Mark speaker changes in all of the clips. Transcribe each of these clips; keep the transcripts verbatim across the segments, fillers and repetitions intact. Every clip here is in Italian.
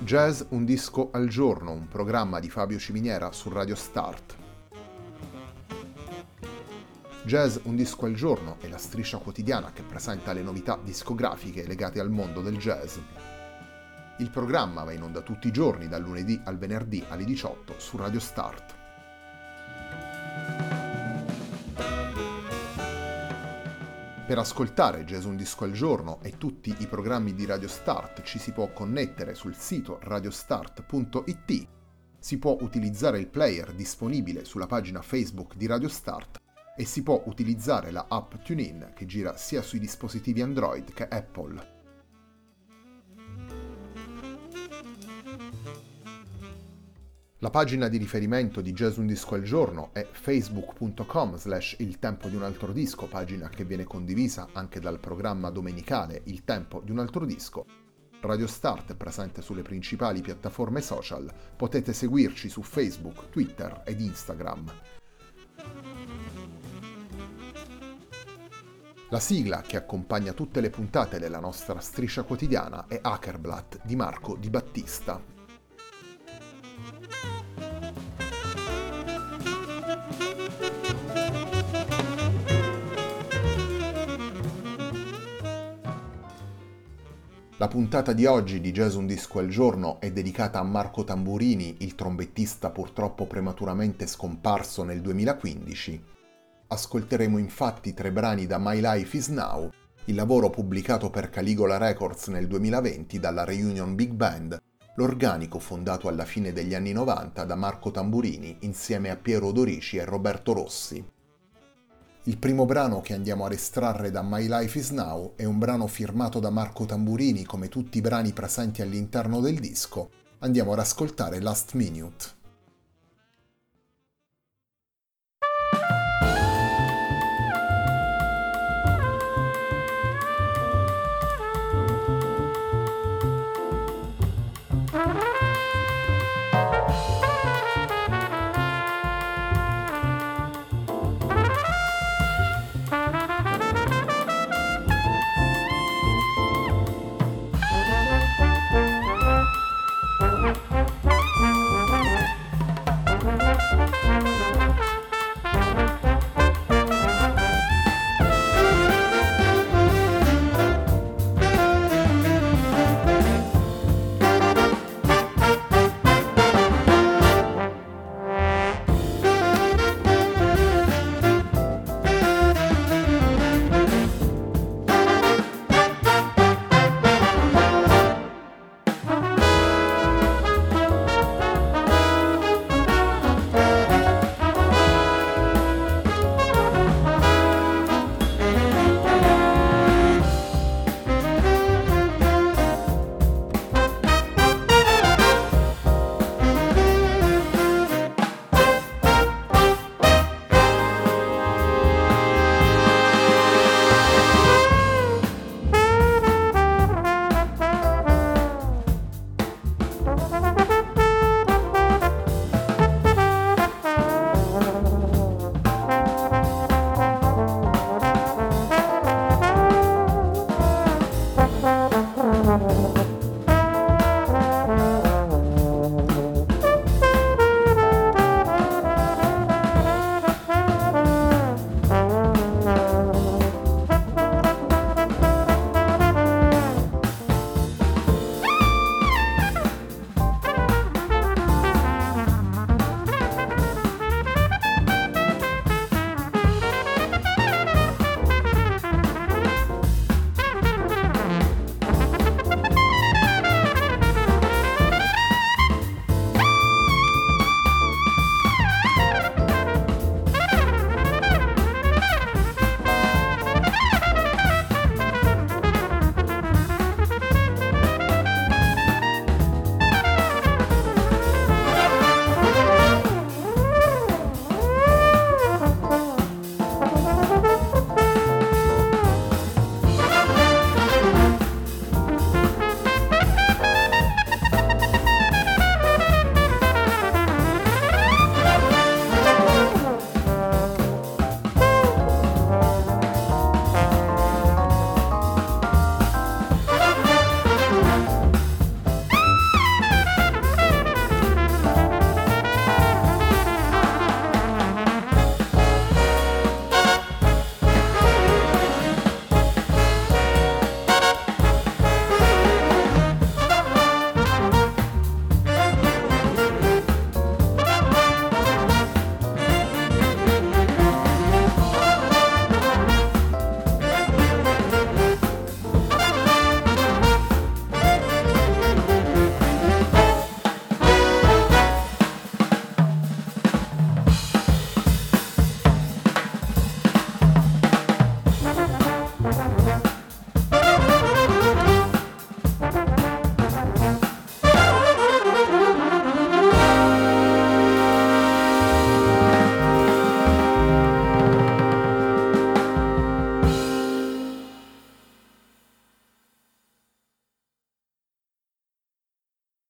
Speaker 1: Jazz un disco al giorno, un programma di Fabio Ciminiera su Radio Start. Jazz un disco al giorno è la striscia quotidiana che presenta le novità discografiche legate al mondo del jazz. Il programma va in onda tutti i giorni dal lunedì al venerdì alle diciotto su Radio Start. Per ascoltare Jazz un disco al giorno e tutti i programmi di Radio Start ci si può connettere sul sito radiostart punto it, si può utilizzare il player disponibile sulla pagina Facebook di Radio Start e si può utilizzare la app TuneIn che gira sia sui dispositivi Android che Apple. La pagina di riferimento di Jazz un disco al giorno è facebook punto com slash il tempo di un altro disco, pagina che viene condivisa anche dal programma domenicale Il tempo di un altro disco. Radio Start è presente sulle principali piattaforme social, potete seguirci su Facebook, Twitter ed Instagram. La sigla che accompagna tutte le puntate della nostra striscia quotidiana è Hackerblatt di Marco Di Battista. La puntata di oggi di Jazz un disco al giorno è dedicata a Marco Tamburini, il trombettista purtroppo prematuramente scomparso nel duemilaquindici. Ascolteremo infatti tre brani da My Life Is Now, il lavoro pubblicato per Caligola Records nel duemilaventi dalla Reunion Big Band, l'organico fondato alla fine degli anni novanta da Marco Tamburini insieme a Piero Dorici e Roberto Rossi. Il primo brano che andiamo a estrarre da My Life Is Now è un brano firmato da Marco Tamburini come tutti i brani presenti all'interno del disco. Andiamo ad ascoltare Last Minute.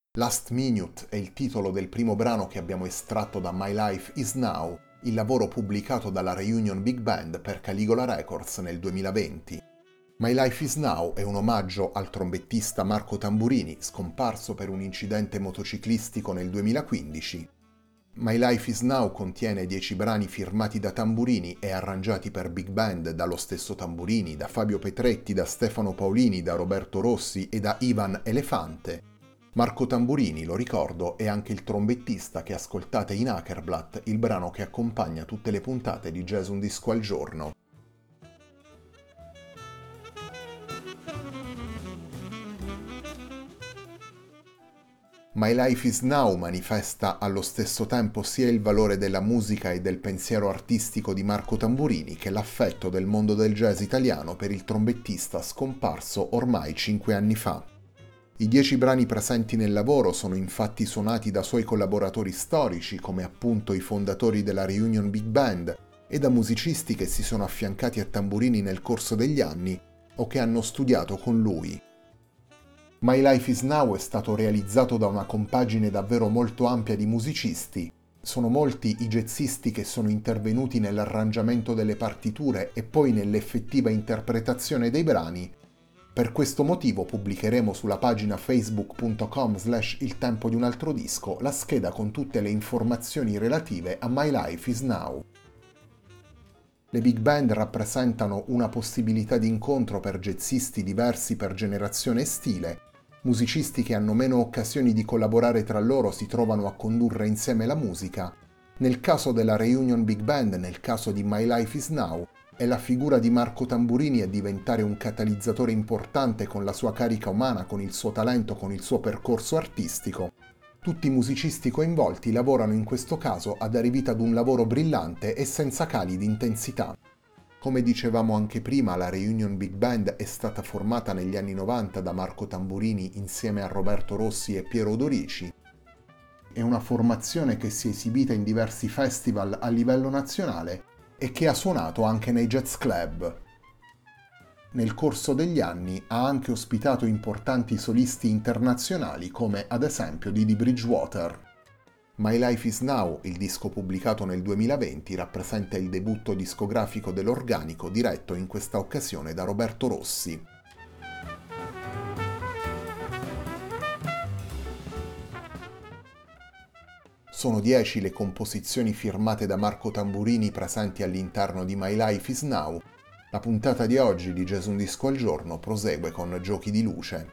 Speaker 1: Last Minute è il titolo del primo brano che abbiamo estratto da My Life Is Now, il lavoro pubblicato dalla Reunion Big Band per Caligula Records nel duemilaventi. My Life Is Now è un omaggio al trombettista Marco Tamburini, scomparso per un incidente motociclistico nel duemilaquindici. My Life Is Now contiene dieci brani firmati da Tamburini e arrangiati per Big Band dallo stesso Tamburini, da Fabio Petretti, da Stefano Paolini, da Roberto Rossi e da Ivan Elefante. Marco Tamburini, lo ricordo, è anche il trombettista che ascoltate in Akerblatt, il brano che accompagna tutte le puntate di Jazz Un Disco al Giorno. My Life Is Now manifesta allo stesso tempo sia il valore della musica e del pensiero artistico di Marco Tamburini che l'affetto del mondo del jazz italiano per il trombettista scomparso ormai cinque anni fa. I dieci brani presenti nel lavoro sono infatti suonati da suoi collaboratori storici, come appunto i fondatori della Reunion Big Band, e da musicisti che si sono affiancati a Tamburini nel corso degli anni o che hanno studiato con lui. My Life Is Now è stato realizzato da una compagine davvero molto ampia di musicisti. Sono molti i jazzisti che sono intervenuti nell'arrangiamento delle partiture e poi nell'effettiva interpretazione dei brani. Per questo motivo pubblicheremo sulla pagina facebook punto com slash il tempo di un altro disco la scheda con tutte le informazioni relative a My Life Is Now. Le big band rappresentano una possibilità di incontro per jazzisti diversi per generazione e stile. Musicisti che hanno meno occasioni di collaborare tra loro si trovano a condurre insieme la musica. Nel caso della Reunion Big Band, nel caso di My Life Is Now, è la figura di Marco Tamburini a diventare un catalizzatore importante con la sua carica umana, con il suo talento, con il suo percorso artistico. Tutti i musicisti coinvolti lavorano in questo caso a dare vita ad un lavoro brillante e senza cali di intensità. Come dicevamo anche prima, la Reunion Big Band è stata formata negli anni novanta da Marco Tamburini insieme a Roberto Rossi e Piero Dorici. È una formazione che si è esibita in diversi festival a livello nazionale e che ha suonato anche nei jazz club. Nel corso degli anni ha anche ospitato importanti solisti internazionali come ad esempio Didi Bridgewater. My Life Is Now, il disco pubblicato nel duemilaventi, rappresenta il debutto discografico dell'organico diretto in questa occasione da Roberto Rossi. Sono dieci le composizioni firmate da Marco Tamburini presenti all'interno di My Life Is Now. La puntata di oggi di Jazz Un Disco al Giorno prosegue con Giochi di luce.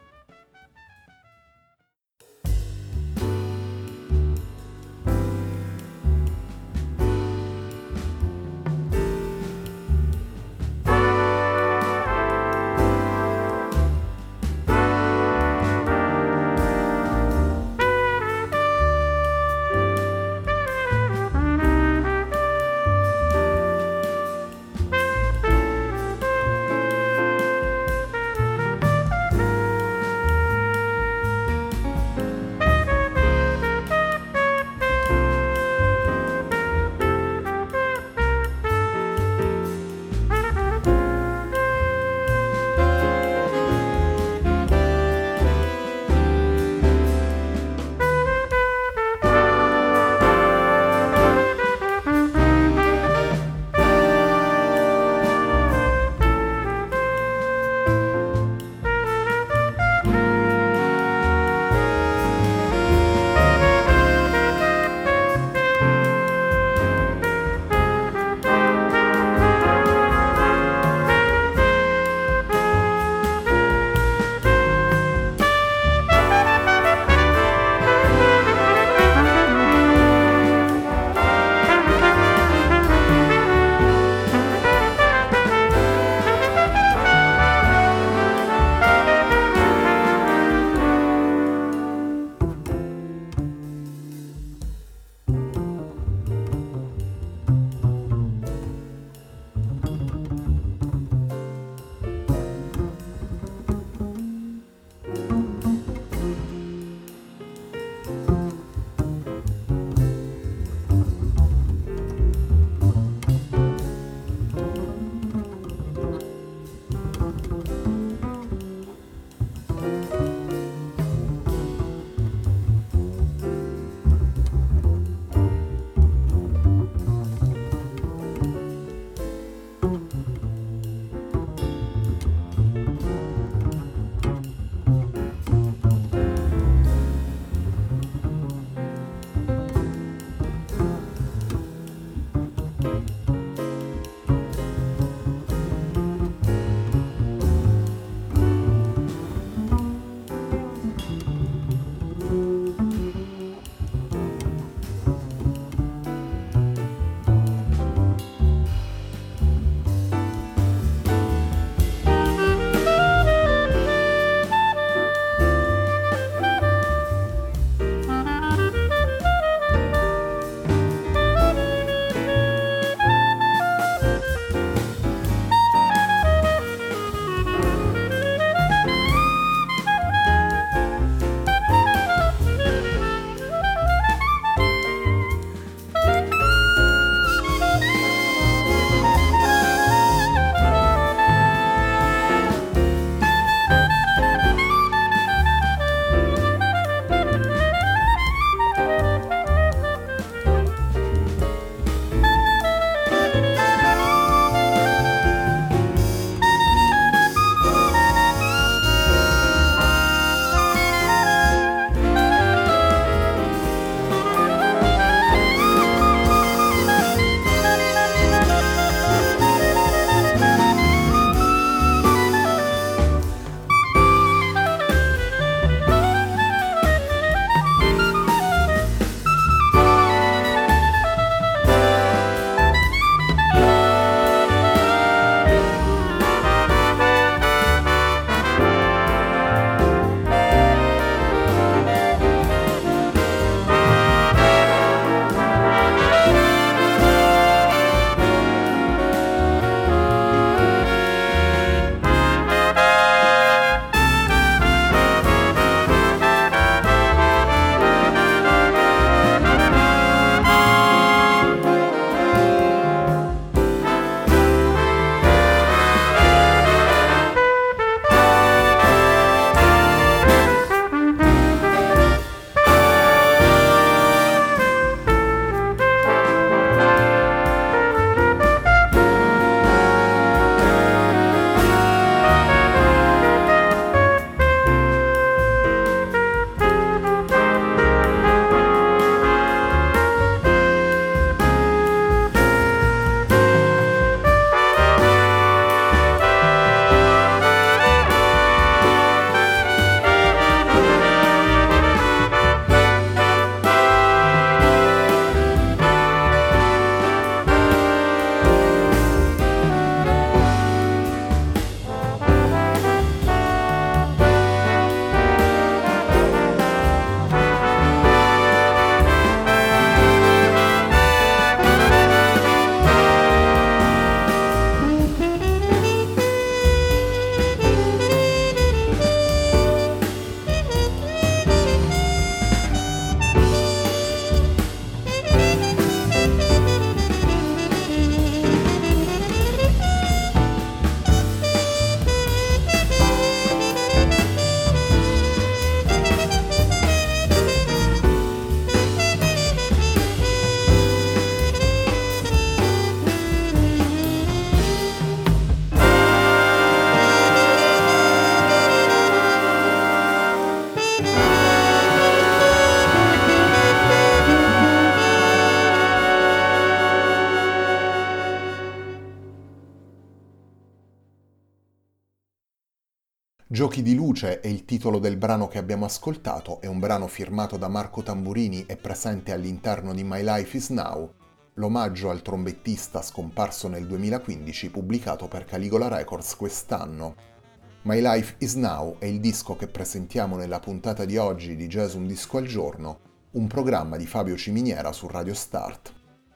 Speaker 1: Giochi di luce è il titolo del brano che abbiamo ascoltato, è un brano firmato da Marco Tamburini e presente all'interno di My Life Is Now, l'omaggio al trombettista scomparso nel duemilaquindici pubblicato per Caligola Records quest'anno. My Life Is Now è il disco che presentiamo nella puntata di oggi di Jazz Un Disco al Giorno, un programma di Fabio Ciminiera su Radio Start.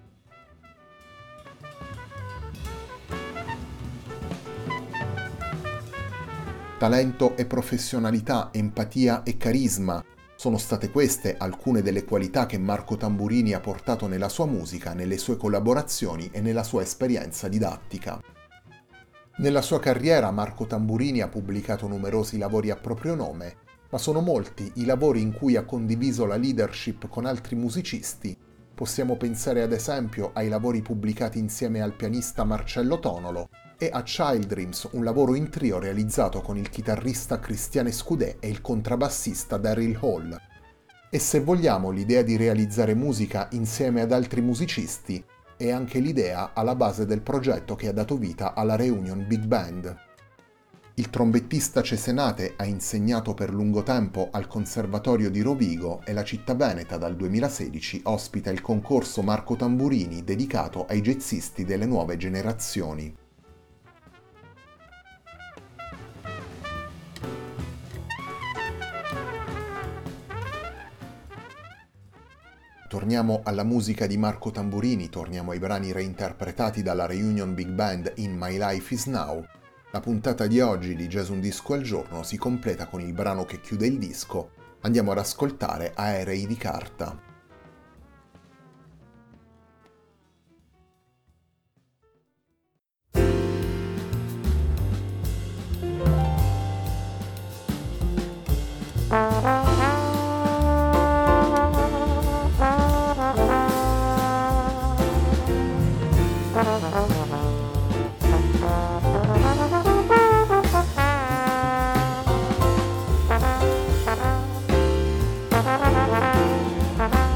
Speaker 1: Talento e professionalità, empatia e carisma sono state queste alcune delle qualità che Marco Tamburini ha portato nella sua musica, nelle sue collaborazioni e nella sua esperienza didattica. Nella sua carriera Marco Tamburini ha pubblicato numerosi lavori a proprio nome, ma sono molti i lavori in cui ha condiviso la leadership con altri musicisti. Possiamo pensare ad esempio ai lavori pubblicati insieme al pianista Marcello Tonolo e a Child Dreams, un lavoro in trio realizzato con il chitarrista Cristiane Scudè e il contrabbassista Daryl Hall. E se vogliamo, l'idea di realizzare musica insieme ad altri musicisti è anche l'idea alla base del progetto che ha dato vita alla Reunion Big Band. Il trombettista cesenate ha insegnato per lungo tempo al Conservatorio di Rovigo e la città veneta dal duemilasedici ospita il concorso Marco Tamburini dedicato ai jazzisti delle nuove generazioni. Torniamo alla musica di Marco Tamburini, torniamo ai brani reinterpretati dalla Reunion Big Band in My Life Is Now. La puntata di oggi di Jazz Un Disco al Giorno si completa con il brano che chiude il disco. Andiamo ad ascoltare Aerei di carta.
Speaker 2: Thank you.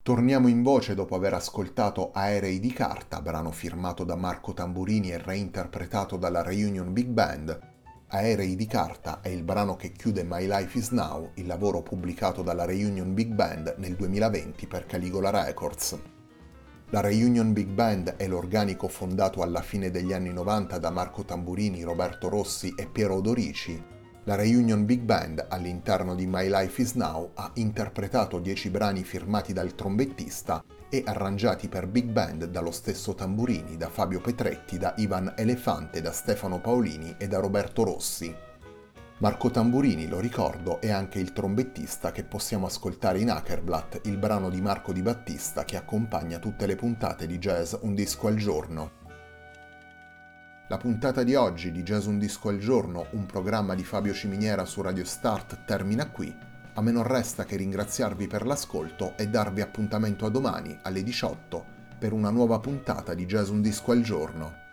Speaker 1: Torniamo in voce dopo aver ascoltato Aerei di carta, brano firmato da Marco Tamburini e reinterpretato dalla Reunion Big Band. Aerei di carta è il brano che chiude My Life Is Now, il lavoro pubblicato dalla Reunion Big Band nel duemilaventi per Caligola Records. La Reunion Big Band è l'organico fondato alla fine degli anni novanta da Marco Tamburini, Roberto Rossi e Piero Odorici. La Reunion Big Band, all'interno di My Life Is Now, ha interpretato dieci brani firmati dal trombettista e arrangiati per Big Band dallo stesso Tamburini, da Fabio Petretti, da Ivan Elefante, da Stefano Paolini e da Roberto Rossi. Marco Tamburini, lo ricordo, è anche il trombettista che possiamo ascoltare in Akerblatt, il brano di Marco Di Battista che accompagna tutte le puntate di Jazz Un Disco al Giorno. La puntata di oggi di Jazz Un Disco al Giorno, un programma di Fabio Ciminiera su Radio Start, termina qui. A me non resta che ringraziarvi per l'ascolto e darvi appuntamento a domani alle diciotto per una nuova puntata di Jazz Un Disco al Giorno.